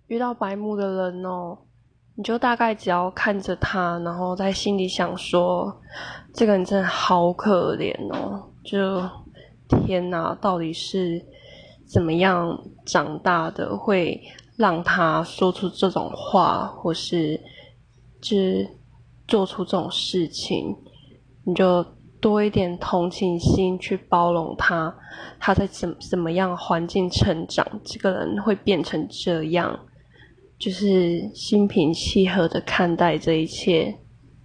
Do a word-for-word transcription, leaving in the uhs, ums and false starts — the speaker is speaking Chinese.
遇到白目的人哦，你就大概只要看着他，然后在心里想说，这个人真的好可怜哦，就天哪，到底是怎么样长大的，会让他说出这种话，或是就是做出这种事情，你就多一点同情心去包容他，他在怎怎么样环境成长，这个人会变成这样，就是心平气和的看待这一切，